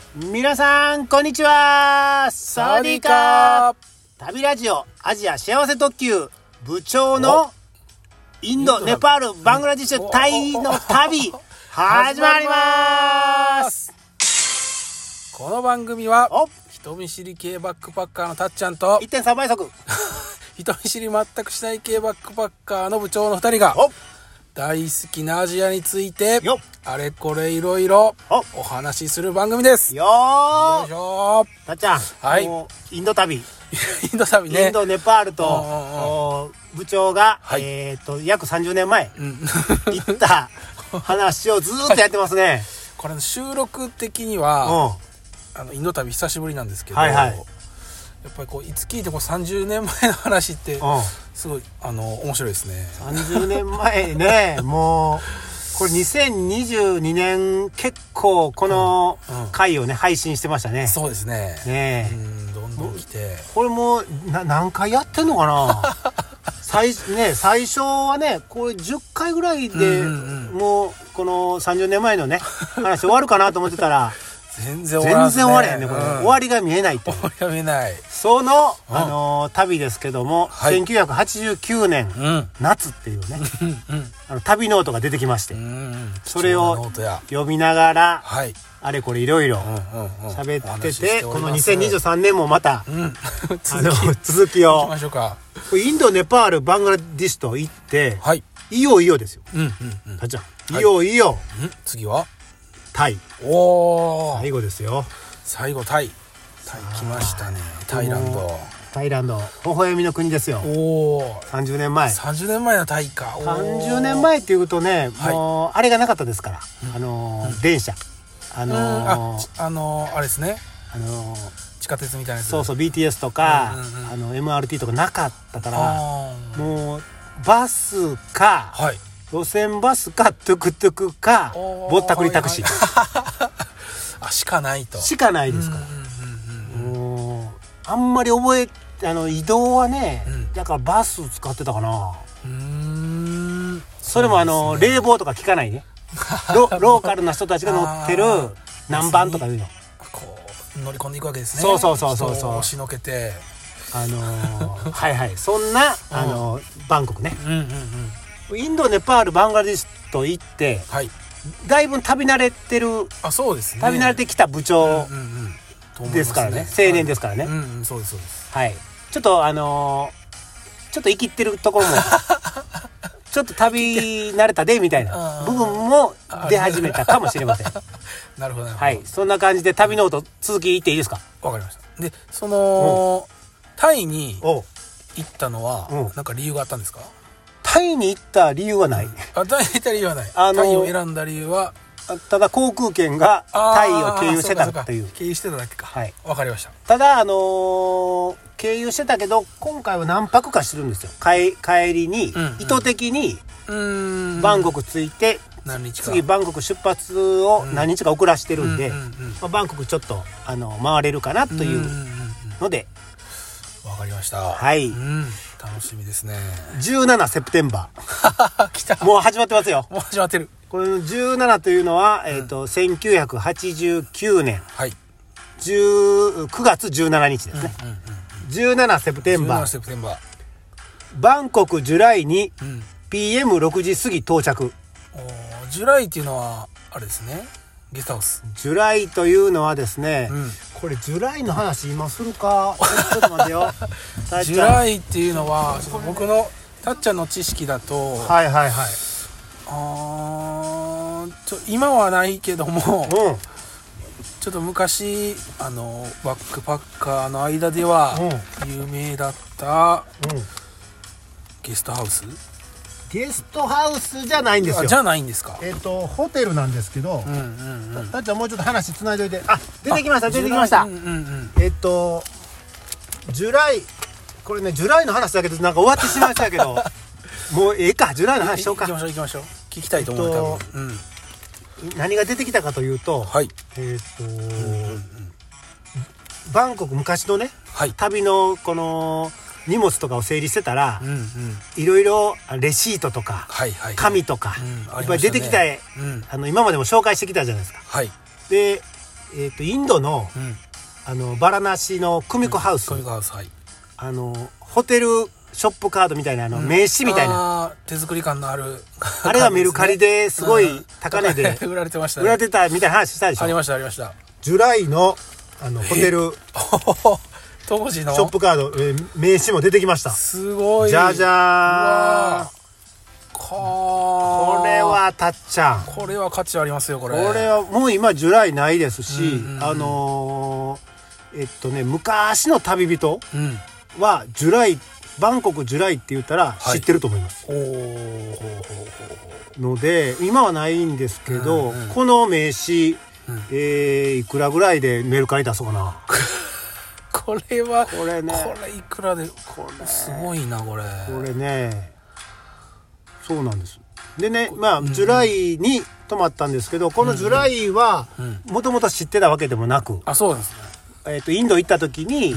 皆さんこんにちは。サワディーカー。旅ラジオアジア幸せ特急部長のインド、ネパール、バングラデシュ、タイの旅始まります。 この番組は人見知り系バックパッカーのたっちゃんと 1.3 倍速人見知り全くしない系バックパッカーの部長の2人が大好きなアジアについてあれこれいろいろお話しする番組です。 よーよいしょたっちゃん、 はい、 もうインド旅インド旅ね、 インドネパールと部長が、 はい、 約30年前、行った話をずーっとやってますね、はい、 これの収録的には、インド旅久しぶりなんですけど、 はいはい、 やっぱりこういつ聞いても30年前の話ってすごい面白いですね。 30年前ねもうこれ2022年結構この回をね配信してましたね。 そうですね。 ねどんどん来てこれも何回やってんのかな最初はねこれ10回ぐらいでもうこの30年前のね話終わるかなと思ってたら全然終わらへんね。 これ、終わりが見えないって。 終わりが見えない。 その、旅ですけども、はい、1989年、夏っていうね、旅ノートが出てきまして、それを読みながら、はい、あれこれいろいろ喋ってて、この2023年もまた、続きを行きましょうか。 インド、ネパール、バングラディシュと行って、はい、いよいよですよ。たっちゃん、いよいよ。 次はタイ。 おー、 最後ですよ。 最後タイ来ましたね。タイランド微笑みの国ですよ。 おー、 30年前のタイか。 30年前っていうとね、もうあれがなかったですから、電車あれですね、地下鉄みたいなやつ。 そう BTS とか、MRT とかなかったから、もうバスか、はい、路線バスかトゥクトゥクかぼったくりタクシーしかないですから、あんまり移動はね、だからバス使ってたかな。それも冷房とか効かないねローカルな人たちが乗ってる何番とかいうのこう乗り込んでいくわけですね。 そう人を押しのけてはいはい、そんなバンコクね、インド、ネパール、バングラディシュと行って、はい、だいぶ旅慣れてる、 そうですね、 旅慣れてきた部長ですからね、青年ですからね、 そうですそうです。 はい、ちょっとちょっと生きってるところもちょっと旅慣れたでみたいな部分も出始めたかもしれません。 なるほど。 はい、そんな感じで旅ノート続き言っていいですか。 わかりました。でタイに行ったのは何か理由があったんですか。 タイに行った理由はない。 タイに行った理由はない。タイを選んだ理由はただ航空券がタイを経由してたっていう。 経由してただけか。はい。わかりました。 ただ経由してたけど今回は何泊かしてるんですよ。帰りに意図的にバンコク着いて次バンコク出発を何日か遅らしてるんで、バンコクちょっと回れるかなというので。 わかりました。 はい。 楽しみですね。 17セプテンバー来た。 もう始まってますよ。 もう始まってる。 これの17というのは、1989年、はい、9月17日ですね。17セプテンバー。バンコクジュライに PM6 時過ぎ到着。 ジュライっていうのはあれですね。ゲストハウス。 ジュライというのはですね、これジュライの話今するか。ちょっと待ってよ。 ジュライっていうのは僕のたっちゃんの知識だと、 はいはいはい。 今はないけども、ちょっと昔バックパッカーの間では有名だった、ゲストハウス。 ゲストハウスじゃないんですよ。 じゃないんですか。 ホテルなんですけど、たっちゃんもうちょっと話つないでおいて。出てきました。ジュライ、これねジュライの話だけどなんか終わってしまいましたけどもうジュライの話しようか。 行きましょう。聞きたいと思う。多分何が出てきたかというと、はい、バンコク昔のね、旅のこの荷物とかを整理してたら、いろいろレシートとか、紙とか、いっぱい出てきた、今までも紹介してきたじゃないですか。でインドの、バラナシのクミコハウス、 はい、 ホテルショップカードみたいな名刺みたいな、 手作り感のあるあれがメルカリですごい高値で売られてましたね。 売られてたみたいな話したでしょ。 ありましたジュライのホテル当時のショップカード、名刺も出てきました。 すごい。 じゃじゃーん。これはたっちゃん、 これは価値ありますよ。これはもう今ジュライないですし、昔の旅人はジュライ、バンコクジュライって言ったら知ってると思います、ので今はないんですけど、この名刺、いくらぐらいでメルカリ出そうかな。 これいくらで、すごいなこれね。そうなんです。でね、ジュライに泊まったんですけど、このジュライはもともと知ってたわけでもなく、 そうですね。 インド行った時に、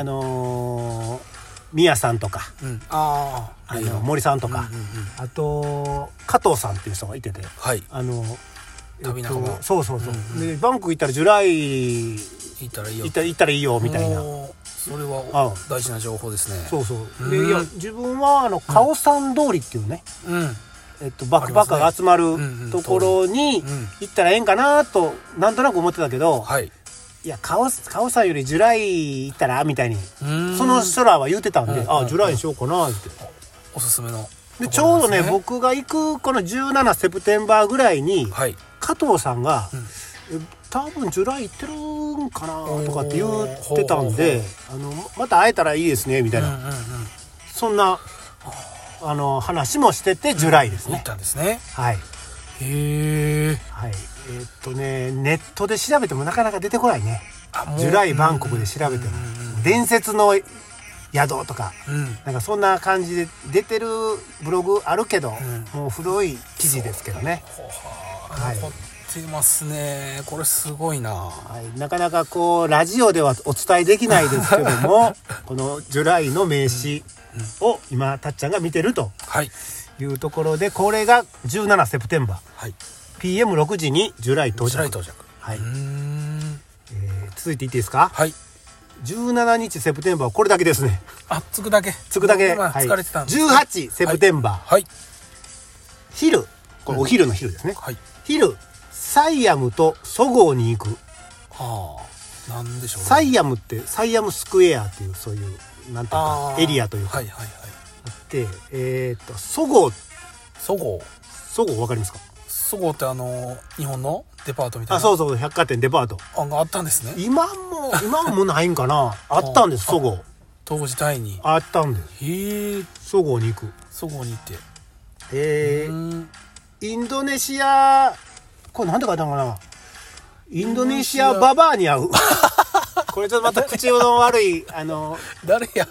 ミヤさんとか、森さんとか、あと加藤さんっていう人がいてて、 旅仲間、 そうでバンコク行ったらジュライ行ったらいいよみたいな。 それは大事な情報ですね。 そうで、自分はカオさん通りっていうね、バックパッカーが集まるところに行ったらええんかなとなんとなく思ってたけど、いやカオさんよりジュライ行ったらみたいにその人らは言ってたんで、ジュライにしようかなって。 おすすめのでちょうどね、僕が行くこの17セプテンバーぐらいに、加藤さんが、多分ジュライ行ってるんかなとかって言ってたんで、また会えたらいいですねみたいな、そんな話もしててジュライですね。 行ったんですね。 はい。 へえ。 はい。ネットで調べてもなかなか出てこないね。ジュライバンコクで調べても、伝説の宿とか、なんかそんな感じで出てるブログあるけど、もう古い記事ですけどね。 残ってますね。これすごいな。 なかなかこうラジオではお伝えできないですけども、このジュライの名刺を今たっちゃんが見てるというところで、これが17セプテンバー、PM6 時にジュライ到着。はい。続いていっていいですか。 はい。 17日セプテンバーはこれだけですね。 着くだけ。疲れてたんです。 18セプテンバー。昼、これお昼の昼ですね。昼、サイアムとそごうに行く。 なんでしょうね。 サイアムってサイアムスクエアっていうそういうなんていうかエリアというかあって、そごうわかりますか。 そごうって日本のデパートみたいな。 そう百貨店デパートがあったんですね。 今もないんかな。あったんです。そごう当時タイにあったんです。 へえ。 そごうに行く。 そごうに行って、 インドネシア、これなんて書いたのかな。インドネシアババアに会うこれちょっとまた口の悪い誰や。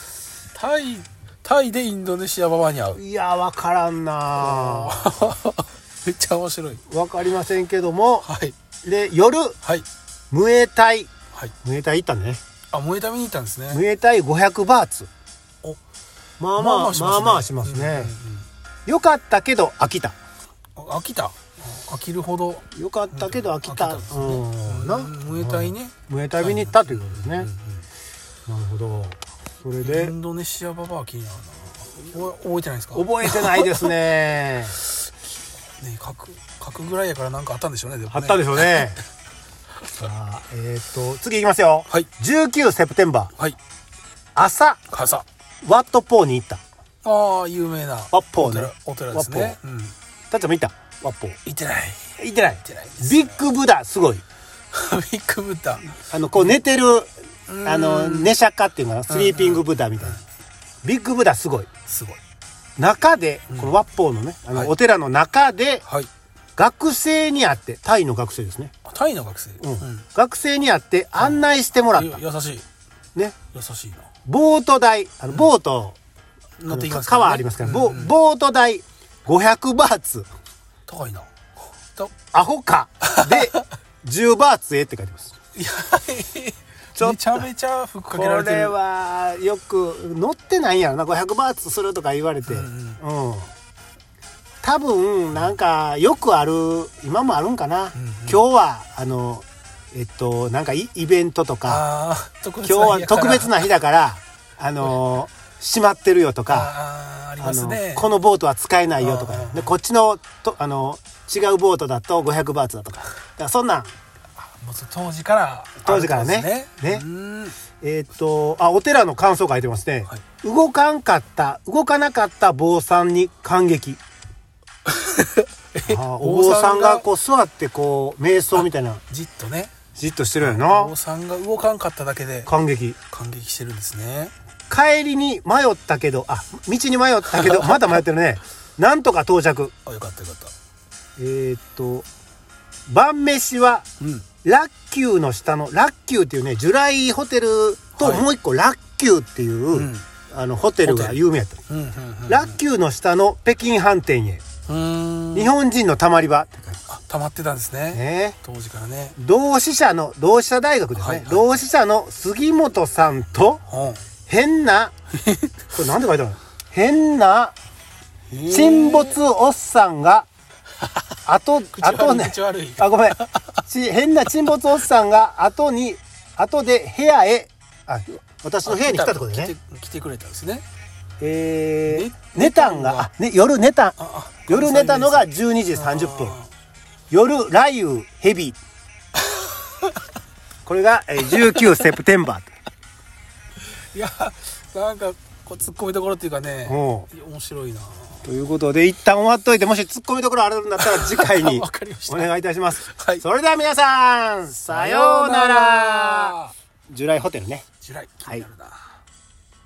タイでインドネシアババアに会う。 いやわからんなめっちゃ面白い。 わかりませんけども、で夜、ムエタイ、ムエタイ行ったんでね。 ムエタイ見に行ったんですね。 ムエタイ500バーツ。まあまあしますね。よかったけど飽きた。 飽きるほどよかったけど飽きた。 ムエタイね。 ムエタイ見に行ったということですね。なるほど。それでインドネシアババア気になるな。覚えてないですか。 覚えてないですね。 ね、書くぐらいやからなんかあったんでしょうね。 あったでしょうね。さあ、次いきますよ。19セプテンバー。朝ワットポーに行った。 有名なワッポーね。 お寺ですね。 たっちゃんも行った。ワッポー行ってない。 ビッグブダすごい。 ビッグブダ。 こう寝てる寝釈迦っていうのはスリーピングブダみたいな。ビッグブダすごい。中でこのワッポーのねお寺の中で学生に会って、タイの学生ですね。 タイの学生。 学生に会って案内してもらった。 優しいね。 優しいな。 ボート代ボート乗っていきますから。 川ありますからボート代500バーツ。 高いな。 アホかで10バーツって書いてます。 めちゃめちゃ服かけられてる。 これはよく乗ってないんやろな。500バーツするとか言われて、多分なんかよくある、今もあるんかな。今日はなんかイベントとか、 今日は特別な日だから閉まってるよとか、 ありますね。 このボートは使えないよとか、でこっちの違うボートだと500バーツだとか、だからそんなんもう当時からね。お寺の感想書いてますね。はい、動かなかった坊さんに感激。お坊さんがこう座ってこう瞑想みたいな、 じっとね、 じっとしてるよな。 お坊さんが動かんかっただけで感激してるんですね。 帰りに迷ったけど道に迷ったけどまだ迷ってるね。なんとか到着。 よかったよかった。 晩飯は、ラッキューの下のラッキューっていうね、ジュライホテルともう一個ラッキューっていう、ホテルが有名やった。ラッキューの下の北京飯店へ。日本人のたまり場。 たまってたんですね。当時からね。 同志社大学ですね。同志社の杉本さんと、変な、これなんて書いてあるの？変な沈没おっさんが、ごめん。変な沈没おっさんが後で部屋へ、私の部屋に来たってことでね。 来てくれたんですね。 寝たんが、夜寝たのが12時30分。夜雷雨ヘビー。これが19セプテンバー。 いや、なんかこう突っ込みどころっていうかね、面白いな。 ということで一旦終わっといて、もし突っ込みどころあるんだったら次回にお願いいたします。それでは皆さん、さようなら。ジュライホテルね。 ジュライ気になるな。